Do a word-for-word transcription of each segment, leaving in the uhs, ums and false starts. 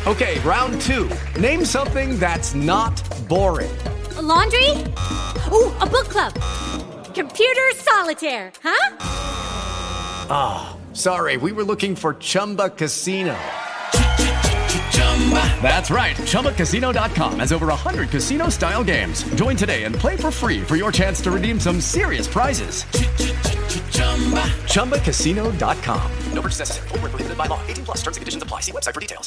Okay, round two. Name something that's not boring. A laundry? Ooh, a book club. Computer solitaire, huh? Ah, oh, sorry, we were looking for Chumba Casino. That's right, Chumba Casino dot com has over one hundred casino-style games. Join today and play for free for your chance to redeem some serious prizes. Chumba Casino dot com. No purchase necessary. Void where prohibited by law. eighteen plus terms and conditions apply. See website for details.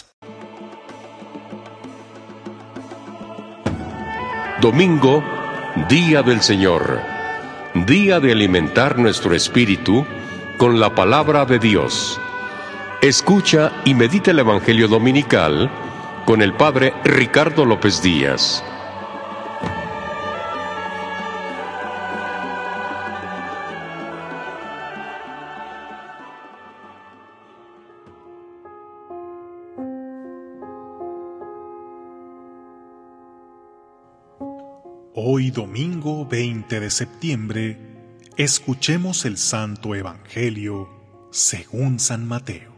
Domingo, Día del Señor. Día de alimentar nuestro espíritu con la palabra de Dios. Escucha y medita el Evangelio Dominical con el Padre Ricardo López Díaz. Hoy domingo veinte de septiembre, escuchemos el Santo Evangelio según San Mateo.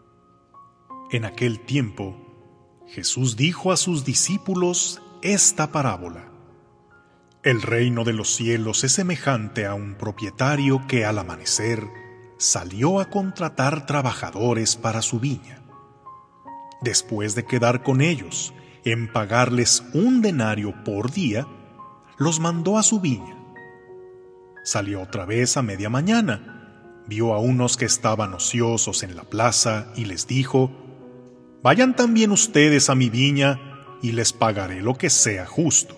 En aquel tiempo, Jesús dijo a sus discípulos esta parábola. El reino de los cielos es semejante a un propietario que al amanecer salió a contratar trabajadores para su viña. Después de quedar con ellos en pagarles un denario por día, los mandó a su viña. Salió otra vez a media mañana, vio a unos que estaban ociosos en la plaza y les dijo: «Vayan también ustedes a mi viña y les pagaré lo que sea justo».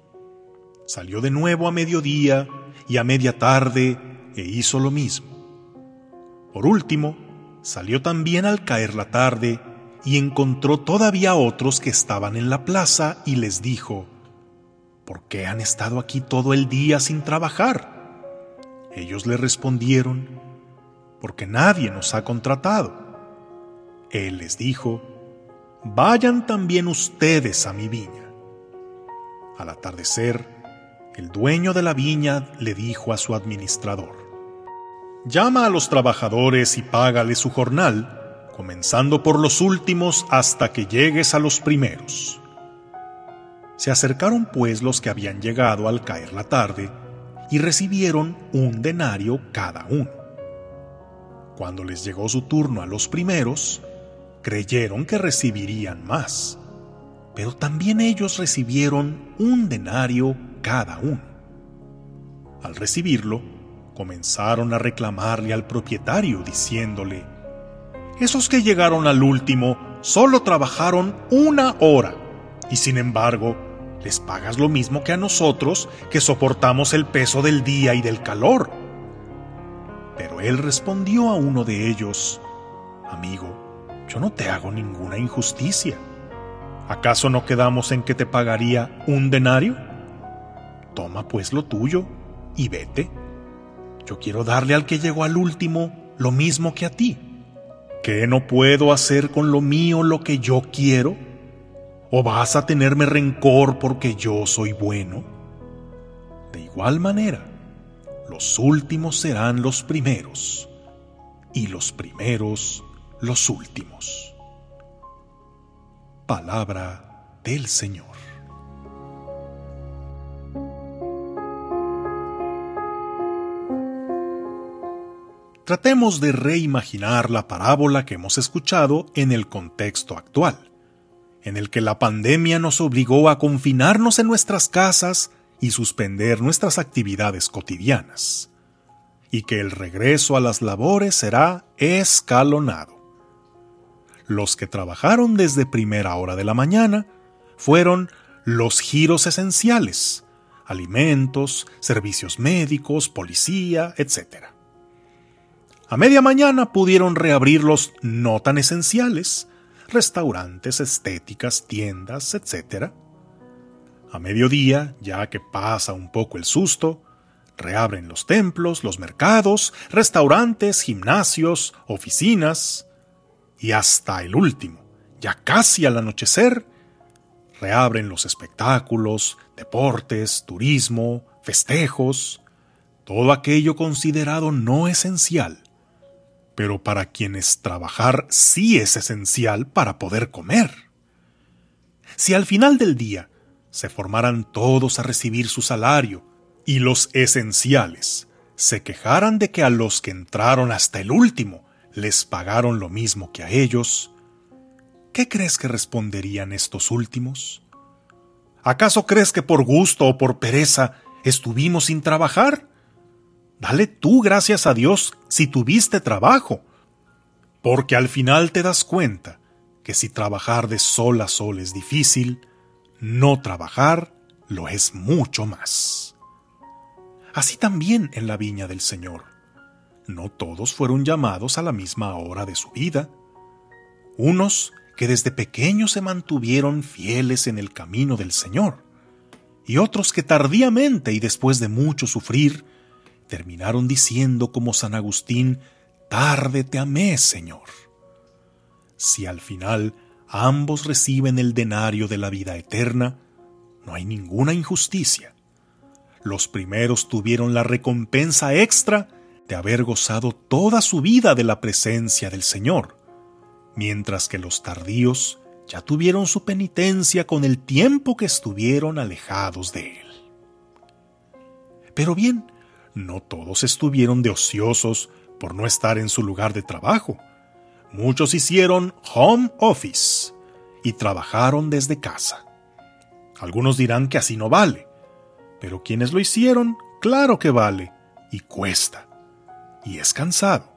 Salió de nuevo a mediodía y a media tarde e hizo lo mismo. Por último, salió también al caer la tarde y encontró todavía otros que estaban en la plaza y les dijo: «¿Por qué han estado aquí todo el día sin trabajar?». Ellos le respondieron: «Porque nadie nos ha contratado». Él les dijo: «Vayan también ustedes a mi viña». Al atardecer, el dueño de la viña le dijo a su administrador: «Llama a los trabajadores y págales su jornal, comenzando por los últimos hasta que llegues a los primeros». Se acercaron pues los que habían llegado al caer la tarde y recibieron un denario cada uno. Cuando les llegó su turno a los primeros, creyeron que recibirían más, pero también ellos recibieron un denario cada uno. Al recibirlo, comenzaron a reclamarle al propietario, diciéndole: «Esos que llegaron al último solo trabajaron una hora, y sin embargo, les pagas lo mismo que a nosotros, que soportamos el peso del día y del calor». Pero él respondió a uno de ellos: «Amigo, yo no te hago ninguna injusticia. ¿Acaso no quedamos en que te pagaría un denario? Toma pues lo tuyo y vete. Yo quiero darle al que llegó al último lo mismo que a ti. ¿Qué no puedo hacer con lo mío lo que yo quiero? ¿O vas a tenerme rencor porque yo soy bueno?». De igual manera, los últimos serán los primeros, y los primeros los últimos. Palabra del Señor. Tratemos de reimaginar la parábola que hemos escuchado en el contexto actual, en el que la pandemia nos obligó a confinarnos en nuestras casas y suspender nuestras actividades cotidianas, y que el regreso a las labores será escalonado. Los que trabajaron desde primera hora de la mañana fueron los giros esenciales: alimentos, servicios médicos, policía, etcétera. A media mañana pudieron reabrir los no tan esenciales: restaurantes, estéticas, tiendas, etcétera. A mediodía, ya que pasa un poco el susto, reabren los templos, los mercados, restaurantes, gimnasios, oficinas, y hasta el último, ya casi al anochecer, reabren los espectáculos, deportes, turismo, festejos, todo aquello considerado no esencial, pero para quienes trabajar sí es esencial para poder comer. Si al final del día se formaran todos a recibir su salario y los esenciales se quejaran de que a los que entraron hasta el último les pagaron lo mismo que a ellos, ¿qué crees que responderían estos últimos? ¿Acaso crees que por gusto o por pereza estuvimos sin trabajar? Dale tú gracias a Dios si tuviste trabajo, porque al final te das cuenta que si trabajar de sol a sol es difícil, no trabajar lo es mucho más. Así también en la viña del Señor. No todos fueron llamados a la misma hora de su vida. Unos que desde pequeños se mantuvieron fieles en el camino del Señor, y otros que tardíamente y después de mucho sufrir, terminaron diciendo como San Agustín: tarde te amé, Señor. Si al final ambos reciben el denario de la vida eterna, no hay ninguna injusticia. Los primeros tuvieron la recompensa extra de haber gozado toda su vida de la presencia del Señor, mientras que los tardíos ya tuvieron su penitencia con el tiempo que estuvieron alejados de Él. Pero bien, no todos estuvieron de ociosos por no estar en su lugar de trabajo. Muchos hicieron home office y trabajaron desde casa. Algunos dirán que así no vale, pero quienes lo hicieron, claro que vale, y cuesta, y es cansado.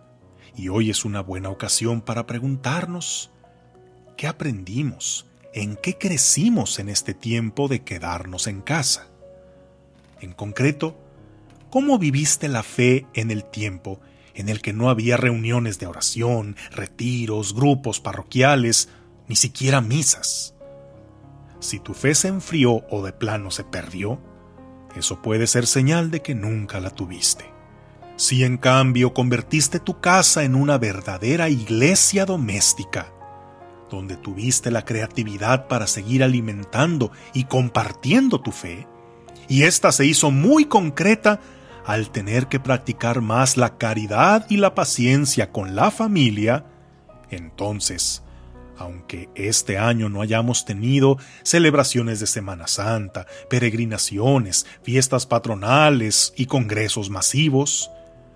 Y hoy es una buena ocasión para preguntarnos: ¿qué aprendimos? ¿En qué crecimos en este tiempo de quedarnos en casa? En concreto, ¿cómo viviste la fe en el tiempo en el que no había reuniones de oración, retiros, grupos parroquiales, ni siquiera misas? Si tu fe se enfrió o de plano se perdió, eso puede ser señal de que nunca la tuviste. Si en cambio convertiste tu casa en una verdadera iglesia doméstica, donde tuviste la creatividad para seguir alimentando y compartiendo tu fe, y ésta se hizo muy concreta al tener que practicar más la caridad y la paciencia con la familia, entonces, aunque este año no hayamos tenido celebraciones de Semana Santa, peregrinaciones, fiestas patronales y congresos masivos,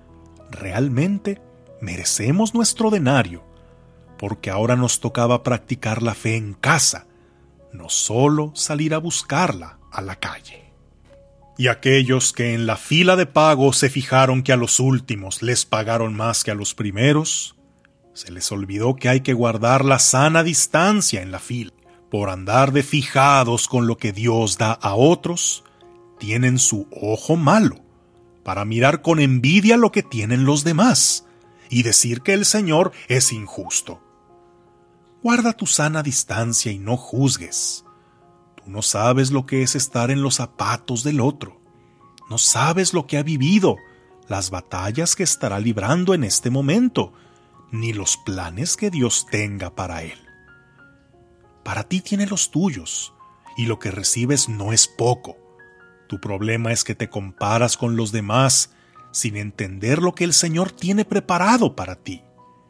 realmente merecemos nuestro denario, porque ahora nos tocaba practicar la fe en casa, no solo salir a buscarla a la calle. Y aquellos que en la fila de pago se fijaron que a los últimos les pagaron más que a los primeros, se les olvidó que hay que guardar la sana distancia en la fila. Por andar de fijados con lo que Dios da a otros, tienen su ojo malo para mirar con envidia lo que tienen los demás y decir que el Señor es injusto. Guarda tu sana distancia y no juzgues. Tú no sabes lo que es estar en los zapatos del otro. No sabes lo que ha vivido, las batallas que estará librando en este momento, ni los planes que Dios tenga para él. Para ti tiene los tuyos, y lo que recibes no es poco. Tu problema es que te comparas con los demás sin entender lo que el Señor tiene preparado para ti.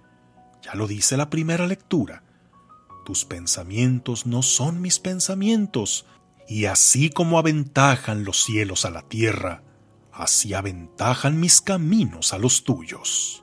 Ya lo dice la primera lectura. Tus pensamientos no son mis pensamientos, y así como aventajan los cielos a la tierra, así aventajan mis caminos a los tuyos.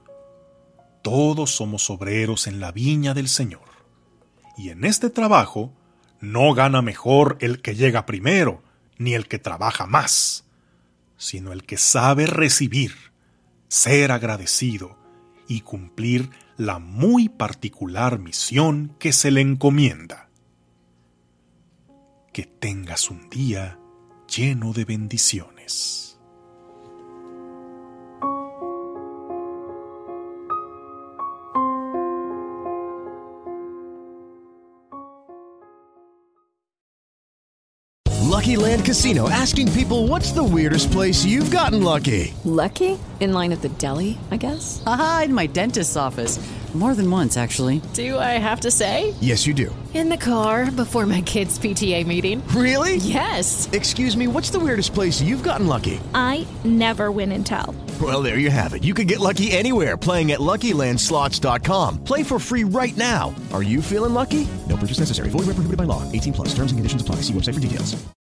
Todos somos obreros en la viña del Señor, y en este trabajo no gana mejor el que llega primero, ni el que trabaja más, sino el que sabe recibir, ser agradecido y cumplir la muy particular misión que se le encomienda. Que tengas un día lleno de bendiciones. Lucky Land Casino, asking people, what's the weirdest place you've gotten lucky? Lucky? In line at the deli, I guess? Aha, in my dentist's office. More than once, actually. Do I have to say? Yes, you do. In the car before my kids' P T A meeting. Really? Yes. Excuse me, what's the weirdest place you've gotten lucky? I never win and tell. Well, there you have it. You can get lucky anywhere, playing at Lucky Land Slots dot com. Play for free right now. Are you feeling lucky? No purchase necessary. Void where prohibited by law. eighteen plus. Terms and conditions apply. See website for details.